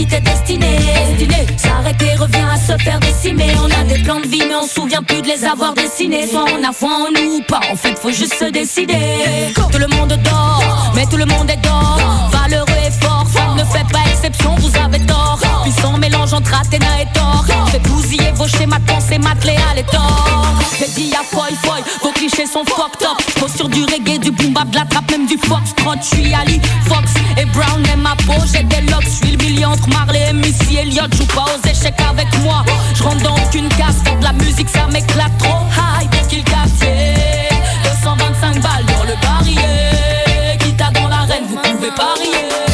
qui t'est destiné. S'arrêter revient à se faire décimer. On a des plans de vie mais on se souvient plus de les avoir dessinés. Soit on a foi en nous ou pas, en fait faut juste se décider. Tout le monde dort, mais tout le monde est d'or. Valeureux et fort, femme ne fait pas exception, vous avez tort. Puissant mélange entre Athéna et Thor. Fait bousiller vos schémas de pensée, Matléa et Thor. J'ai dit à foy, vos clichés sont fucked up. Posture du reggae, du boom bap, de la trappe, même du foxtrot. J'suis Ali, Fox et Brown et ma peau. J'ai des locks, j'suis le milieu entre Marley et Missy Elliott. Joue pas aux échecs avec moi. J'rentre dans aucune case, faire de la musique ça m'éclate trop. High, pour qu'il capte 225 balles dans le barillet. Quitte à dans l'arène, vous pouvez parier.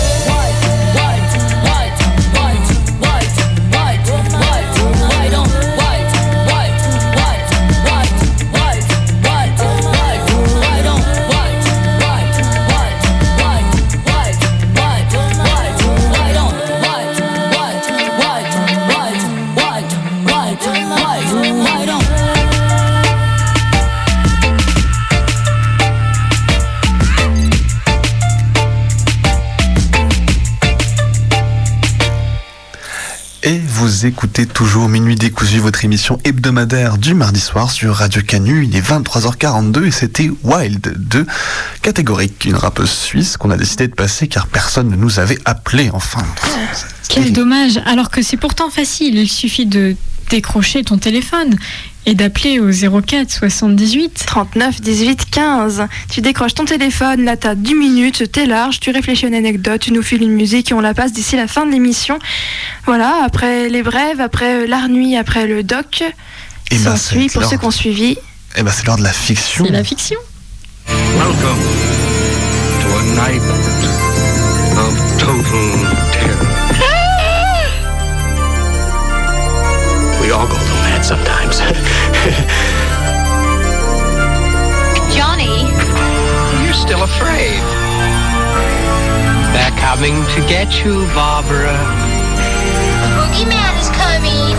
Et vous écoutez toujours Minuit décousu, votre émission hebdomadaire du mardi soir sur Radio Canu. Il est 23h42 et c'était Wild de Catégorique, une rappeuse suisse qu'on a décidé de passer car personne ne nous avait appelé. Enfin, quel dommage, alors que c'est pourtant facile. Il suffit de décrocher ton téléphone et d'appeler au 04 78 39 18 15. Tu décroches ton téléphone, là t'as 10 minutes, t'es large, tu réfléchis à une anecdote, tu nous files une musique et on la passe d'ici la fin de l'émission. Voilà, après les brèves, après l'art nuit, après le doc, s'ensuit pour ceux qui ont suivi. Et ben c'est l'heure de la fiction. C'est la fiction. Welcome to a night of total terror. We all go through that sometimes. Johnny, You're still afraid. They're coming to get you, Barbara. the boogeyman is coming.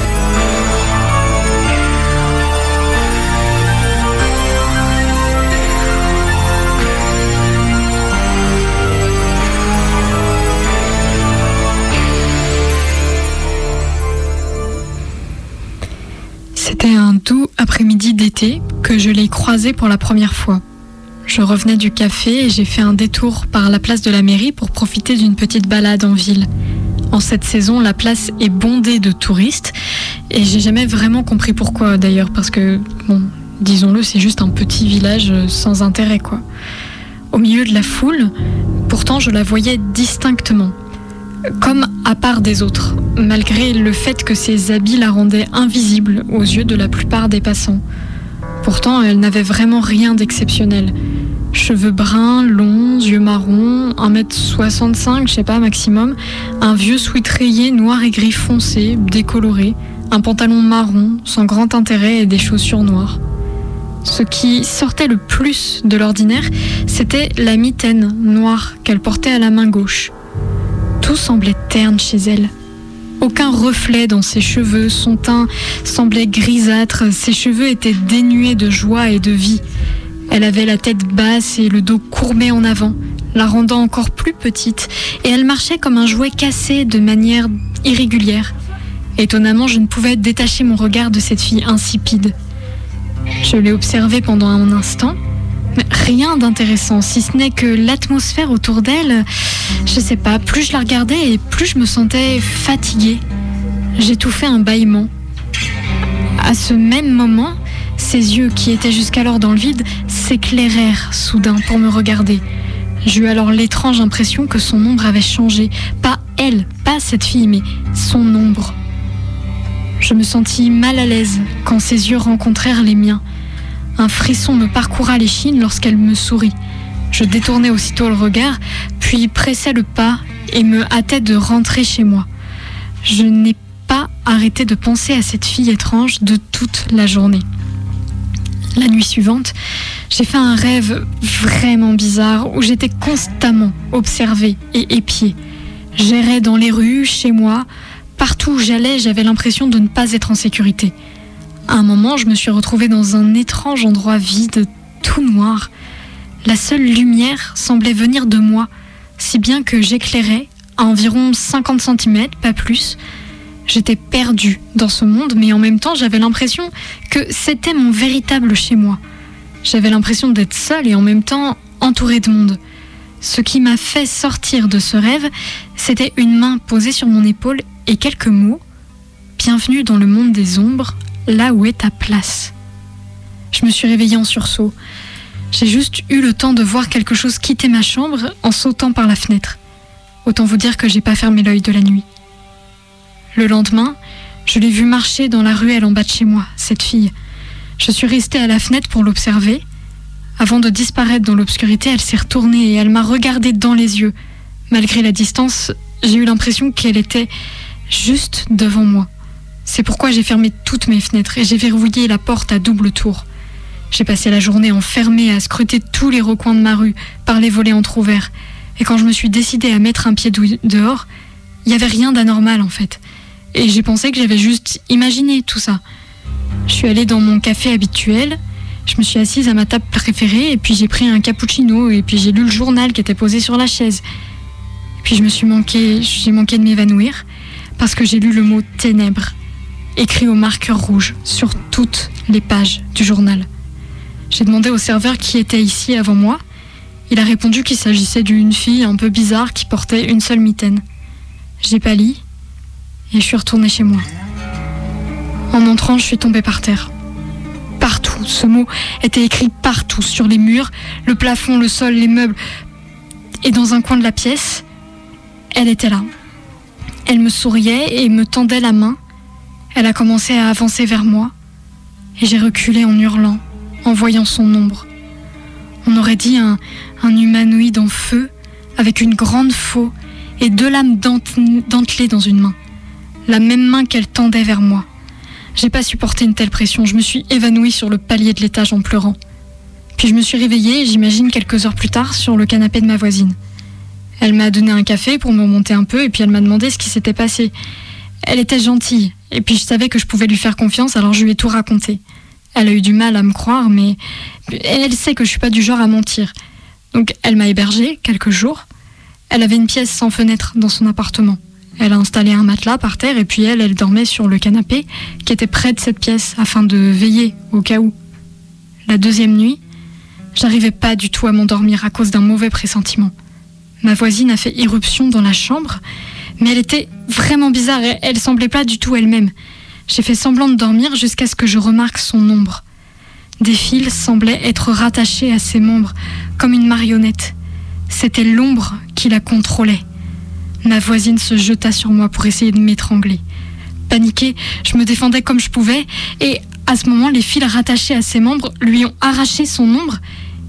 C'était un doux après-midi d'été que je l'ai croisé pour la première fois. Je revenais du café et j'ai fait un détour par la place de la mairie pour profiter d'une petite balade en ville. En cette saison, la place est bondée de touristes et j'ai jamais vraiment compris pourquoi d'ailleurs, parce que, bon, disons-le, c'est juste un petit village sans intérêt, quoi. Au milieu de la foule, pourtant je la voyais distinctement, comme à part des autres, malgré le fait que ses habits la rendaient invisible aux yeux de la plupart des passants. Pourtant, elle n'avait vraiment rien d'exceptionnel. Cheveux bruns, longs, yeux marrons, 1m65, je sais pas, maximum, un vieux sweat rayé noir et gris foncé, décoloré, un pantalon marron, sans grand intérêt et des chaussures noires. Ce qui sortait le plus de l'ordinaire, c'était la mitaine noire qu'elle portait à la main gauche. Tout semblait terne chez elle. Aucun reflet dans ses cheveux, son teint semblait grisâtre, ses cheveux étaient dénués de joie et de vie. Elle avait la tête basse et le dos courbé en avant, la rendant encore plus petite, et elle marchait comme un jouet cassé de manière irrégulière. Étonnamment, je ne pouvais détacher mon regard de cette fille insipide. Je l'ai observée pendant un instant, mais rien d'intéressant, si ce n'est que l'atmosphère autour d'elle, je sais pas, plus je la regardais et plus je me sentais fatiguée. J'étouffais un bâillement. À ce même moment, ses yeux, qui étaient jusqu'alors dans le vide, s'éclairèrent soudain pour me regarder. J'eus alors l'étrange impression que son ombre avait changé. Pas elle, pas cette fille, mais son ombre. Je me sentis mal à l'aise quand ses yeux rencontrèrent les miens. Un frisson me parcourra l'échine lorsqu'elle me sourit. Je détournai aussitôt le regard, puis pressai le pas et me hâtai de rentrer chez moi. Je n'ai pas arrêté de penser à cette fille étrange de toute la journée. La nuit suivante, j'ai fait un rêve vraiment bizarre où j'étais constamment observée et épiée. J'errais dans les rues, chez moi, partout où j'allais, j'avais l'impression de ne pas être en sécurité. À un moment, je me suis retrouvée dans un étrange endroit vide, tout noir. La seule lumière semblait venir de moi, si bien que j'éclairais à environ 50 cm, pas plus. J'étais perdue dans ce monde, mais en même temps, j'avais l'impression que c'était mon véritable chez-moi. J'avais l'impression d'être seule et en même temps entourée de monde. Ce qui m'a fait sortir de ce rêve, c'était une main posée sur mon épaule et quelques mots. Bienvenue dans le monde des ombres, là où est ta place. Je me suis réveillée en sursaut. J'ai juste eu le temps de voir quelque chose quitter ma chambre en sautant par la fenêtre. Autant vous dire que j'ai pas fermé l'œil de la nuit. Le lendemain, je l'ai vue marcher dans la ruelle en bas de chez moi, cette fille. Je suis restée à la fenêtre pour l'observer. Avant de disparaître dans l'obscurité, elle s'est retournée et elle m'a regardée dans les yeux. Malgré la distance, j'ai eu l'impression qu'elle était juste devant moi. C'est pourquoi j'ai fermé toutes mes fenêtres et j'ai verrouillé la porte à double tour. J'ai passé la journée enfermée à scruter tous les recoins de ma rue par les volets entr'ouverts. Et quand je me suis décidée à mettre un pied dehors, il n'y avait rien d'anormal en fait. Et j'ai pensé que j'avais juste imaginé tout ça. Je suis allée dans mon café habituel, je me suis assise à ma table préférée et puis j'ai pris un cappuccino et puis j'ai lu le journal qui était posé sur la chaise. Et puis j'ai manqué de m'évanouir parce que j'ai lu le mot ténèbres écrit au marqueur rouge sur toutes les pages du journal. J'ai demandé au serveur qui était ici avant moi. Il a répondu qu'il s'agissait d'une fille un peu bizarre qui portait une seule mitaine. J'ai pâli et je suis retournée chez moi. En entrant, je suis tombée par terre. Partout, ce mot était écrit partout, sur les murs, le plafond, le sol, les meubles. Et dans un coin de la pièce, elle était là. Elle me souriait et me tendait la main. Elle a commencé à avancer vers moi et j'ai reculé en hurlant, en voyant son ombre. On aurait dit un humanoïde en feu, avec une grande faux et 2 lames dentelées dans une main. La même main qu'elle tendait vers moi. J'ai pas supporté une telle pression, je me suis évanouie sur le palier de l'étage en pleurant. Puis je me suis réveillée, j'imagine quelques heures plus tard, sur le canapé de ma voisine. Elle m'a donné un café pour me remonter un peu et puis elle m'a demandé ce qui s'était passé. Elle était gentille et puis je savais que je pouvais lui faire confiance, alors je lui ai tout raconté. Elle a eu du mal à me croire, mais elle sait que je suis pas du genre à mentir. Donc elle m'a hébergée quelques jours. Elle avait une pièce sans fenêtre dans son appartement. Elle a installé un matelas par terre et puis elle dormait sur le canapé qui était près de cette pièce afin de veiller au cas où. La deuxième nuit, j'arrivais pas du tout à m'endormir à cause d'un mauvais pressentiment. Ma voisine a fait irruption dans la chambre, mais elle était vraiment bizarre et elle semblait pas du tout elle-même. J'ai fait semblant de dormir jusqu'à ce que je remarque son ombre. Des fils semblaient être rattachés à ses membres, comme une marionnette. C'était l'ombre qui la contrôlait. Ma voisine se jeta sur moi pour essayer de m'étrangler. Paniquée, je me défendais comme je pouvais, et à ce moment, les fils rattachés à ses membres lui ont arraché son ombre.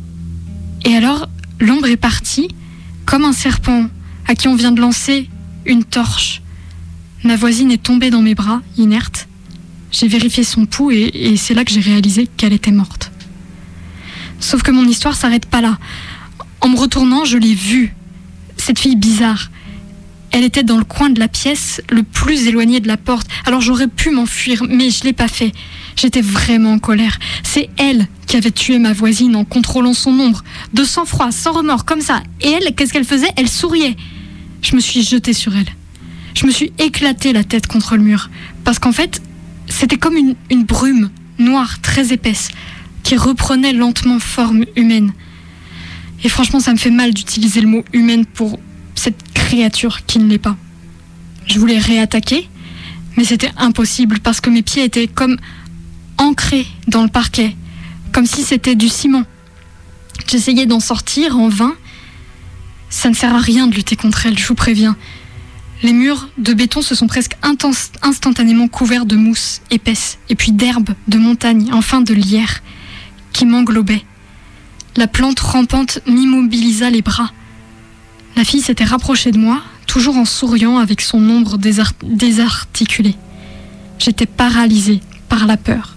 Et alors, l'ombre est partie, comme un serpent à qui on vient de lancer une torche. Ma voisine est tombée dans mes bras, inerte. J'ai vérifié son pouls et c'est là que j'ai réalisé qu'elle était morte. Sauf que mon histoire s'arrête pas là. En me retournant, je l'ai vue. Cette fille bizarre. Elle était dans le coin de la pièce, le plus éloigné de la porte. Alors j'aurais pu m'enfuir, mais je l'ai pas fait. J'étais vraiment en colère. C'est elle qui avait tué ma voisine en contrôlant son ombre. De sang-froid, sans remords, comme ça. Et elle, qu'est-ce qu'elle faisait ? Elle souriait. Je me suis jetée sur elle. Je me suis éclaté la tête contre le mur. Parce qu'en fait, c'était comme une brume noire, très épaisse, qui reprenait lentement forme humaine. Et franchement, ça me fait mal d'utiliser le mot humaine pour cette créature qui ne l'est pas. Je voulais réattaquer, mais c'était impossible parce que mes pieds étaient comme ancrés dans le parquet, comme si c'était du ciment. J'essayais d'en sortir en vain. Ça ne sert à rien de lutter contre elle, je vous préviens. Les murs de béton se sont presque instantanément couverts de mousse épaisse, et puis d'herbes, de montagnes, enfin de lierre, qui m'englobaient. La plante rampante m'immobilisa les bras. La fille s'était rapprochée de moi, toujours en souriant avec son ombre désarticulée. J'étais paralysée par la peur.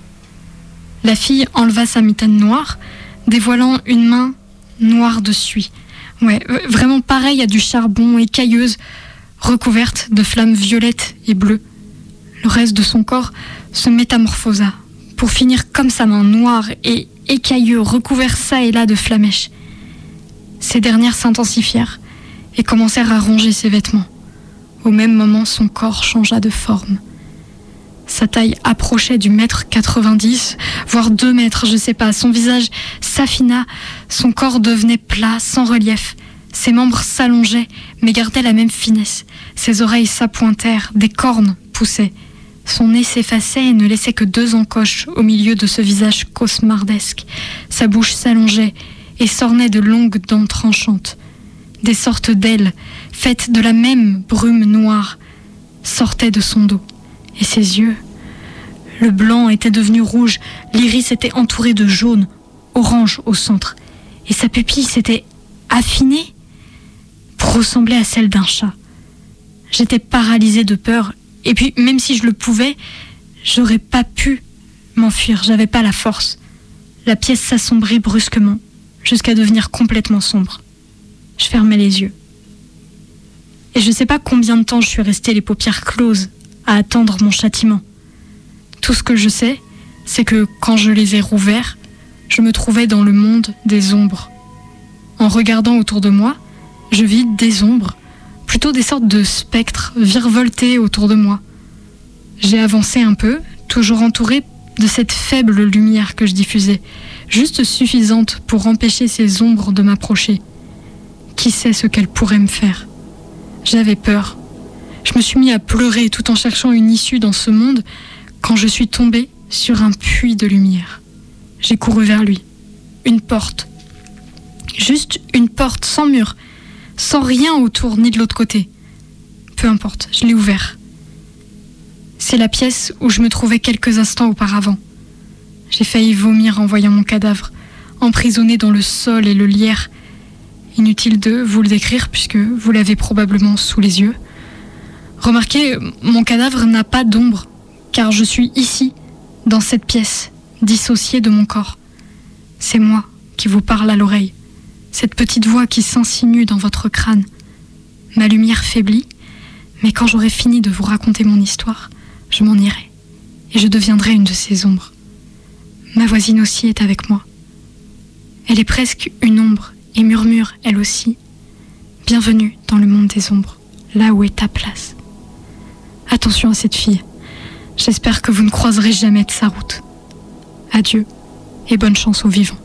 La fille enleva sa mitaine noire, dévoilant une main noire de suie. Ouais, vraiment pareille à du charbon, écailleuse, recouverte de flammes violettes et bleues. Le reste de son corps se métamorphosa, pour finir comme sa main noire et écailleux, recouvert çà et là de flamèches. Ces dernières s'intensifièrent et commencèrent à ronger ses vêtements. Au même moment, son corps changea de forme. Sa taille approchait du 1,90 m, voire 2 mètres, je sais pas. Son visage s'affina, son corps devenait plat, sans relief. Ses membres s'allongeaient, mais gardaient la même finesse. Ses oreilles s'appointèrent, des cornes poussaient. Son nez s'effaçait et ne laissait que 2 encoches au milieu de ce visage cauchemardesque. Sa bouche s'allongeait et s'ornait de longues dents tranchantes. Des sortes d'ailes, faites de la même brume noire, sortaient de son dos. Et ses yeux, le blanc était devenu rouge, l'iris était entouré de jaune, orange au centre. Et sa pupille s'était affinée pour ressembler à celle d'un chat. J'étais paralysée de peur, et puis même si je le pouvais, j'aurais pas pu m'enfuir, j'avais pas la force. La pièce s'assombrit brusquement, jusqu'à devenir complètement sombre. Je fermais les yeux. Et je sais pas combien de temps je suis restée les paupières closes, à attendre mon châtiment. Tout ce que je sais, c'est que quand je les ai rouverts, je me trouvais dans le monde des ombres. En regardant autour de moi, je vis des ombres, plutôt des sortes de spectres virevoltés autour de moi. J'ai avancé un peu, toujours entourée de cette faible lumière que je diffusais, juste suffisante pour empêcher ces ombres de m'approcher. Qui sait ce qu'elles pourraient me faire ? J'avais peur. Je me suis mis à pleurer tout en cherchant une issue dans ce monde quand je suis tombée sur un puits de lumière. J'ai couru vers lui. Une porte. Juste une porte sans mur, sans rien autour ni de l'autre côté. Peu importe, je l'ai ouvert. C'est la pièce où je me trouvais quelques instants auparavant. J'ai failli vomir en voyant mon cadavre, emprisonné dans le sol et le lierre. Inutile de vous le décrire puisque vous l'avez probablement sous les yeux. Remarquez, mon cadavre n'a pas d'ombre, car je suis ici, dans cette pièce, dissociée de mon corps. C'est moi qui vous parle à l'oreille, cette petite voix qui s'insinue dans votre crâne. Ma lumière faiblit, mais quand j'aurai fini de vous raconter mon histoire, je m'en irai, et je deviendrai une de ces ombres. Ma voisine aussi est avec moi. Elle est presque une ombre, et murmure, elle aussi, « Bienvenue dans le monde des ombres, là où est ta place. » Attention à cette fille. J'espère que vous ne croiserez jamais de sa route. Adieu et bonne chance aux vivants.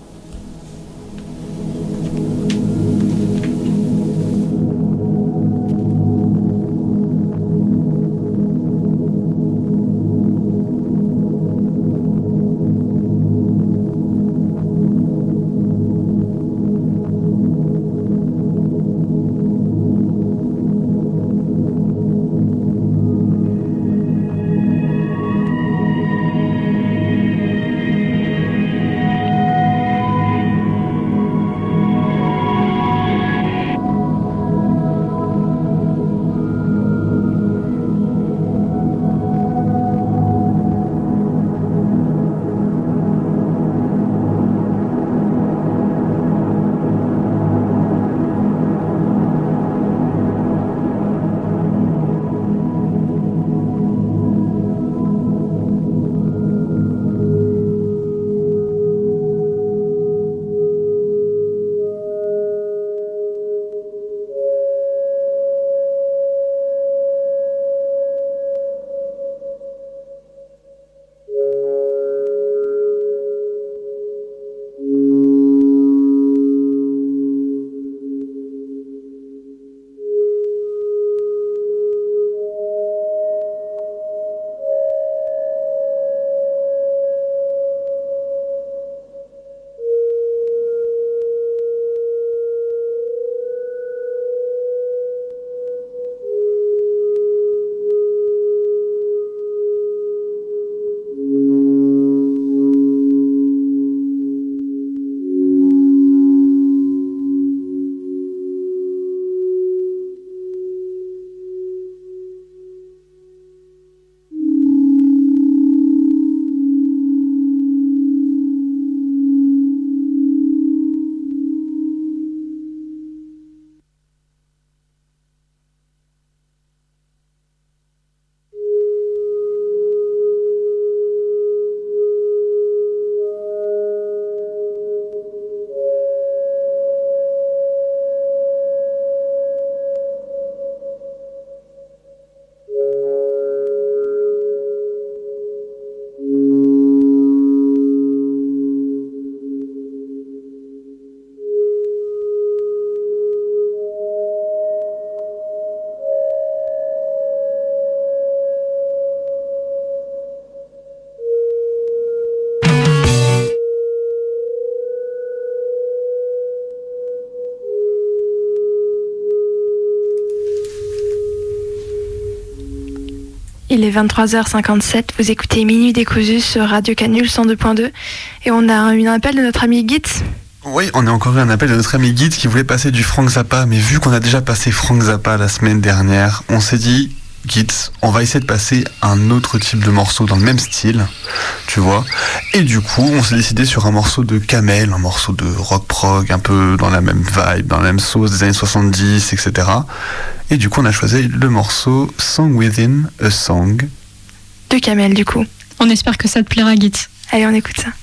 il est 23h57, vous écoutez Minuit décousu sur Radio Canule 102.2 et on a eu un appel de notre ami Git. Oui, on a encore eu un appel de notre ami Git qui voulait passer du Frank Zappa, mais vu qu'on a déjà passé Frank Zappa la semaine dernière, on s'est dit, Git, on va essayer de passer un autre type de morceau dans le même style, tu vois. Et du coup, on s'est décidé sur un morceau de Kamel, un morceau de rock prog, un peu dans la même vibe, dans la même sauce des années 70, etc. Et du coup, on a choisi le morceau Song Within a Song. De Kamel, du coup. On espère que ça te plaira, Git. Allez, on écoute ça.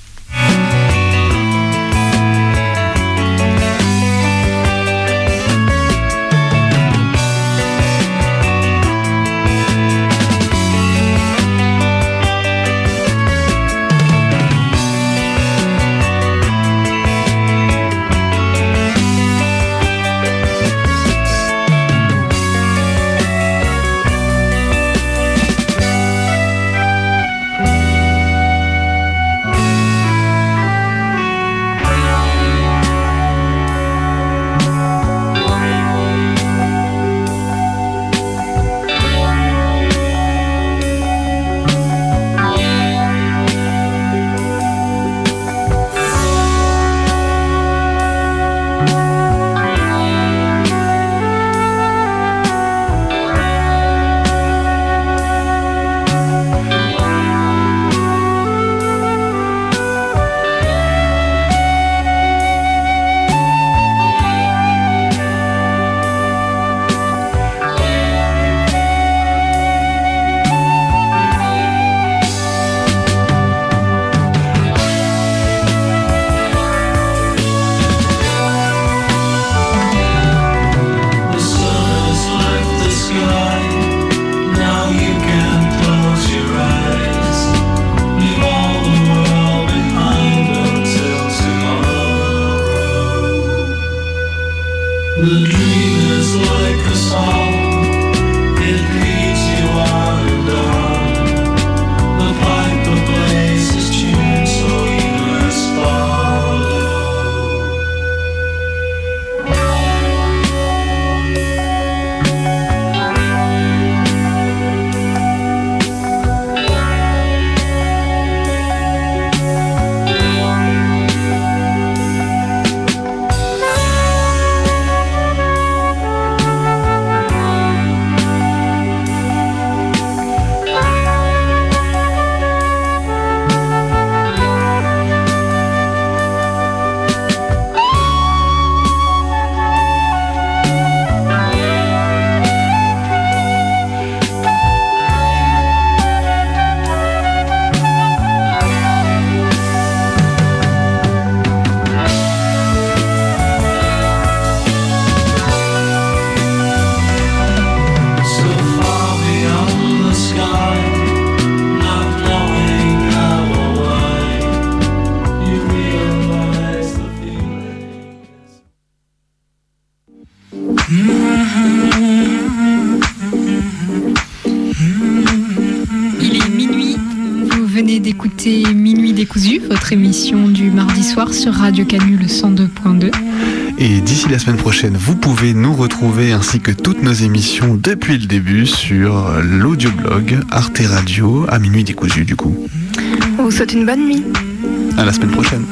Minuit décousu, votre émission du mardi soir sur Radio Canule 102.2. Et d'ici la semaine prochaine, vous pouvez nous retrouver ainsi que toutes nos émissions depuis le début sur l'audioblog Arte Radio à Minuit décousu du coup. On vous souhaite une bonne nuit. À la semaine prochaine.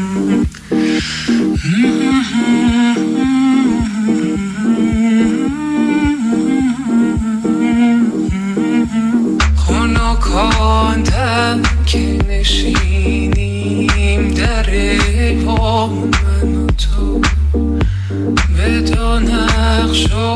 که نشینیم در پا من و تو به دو نقش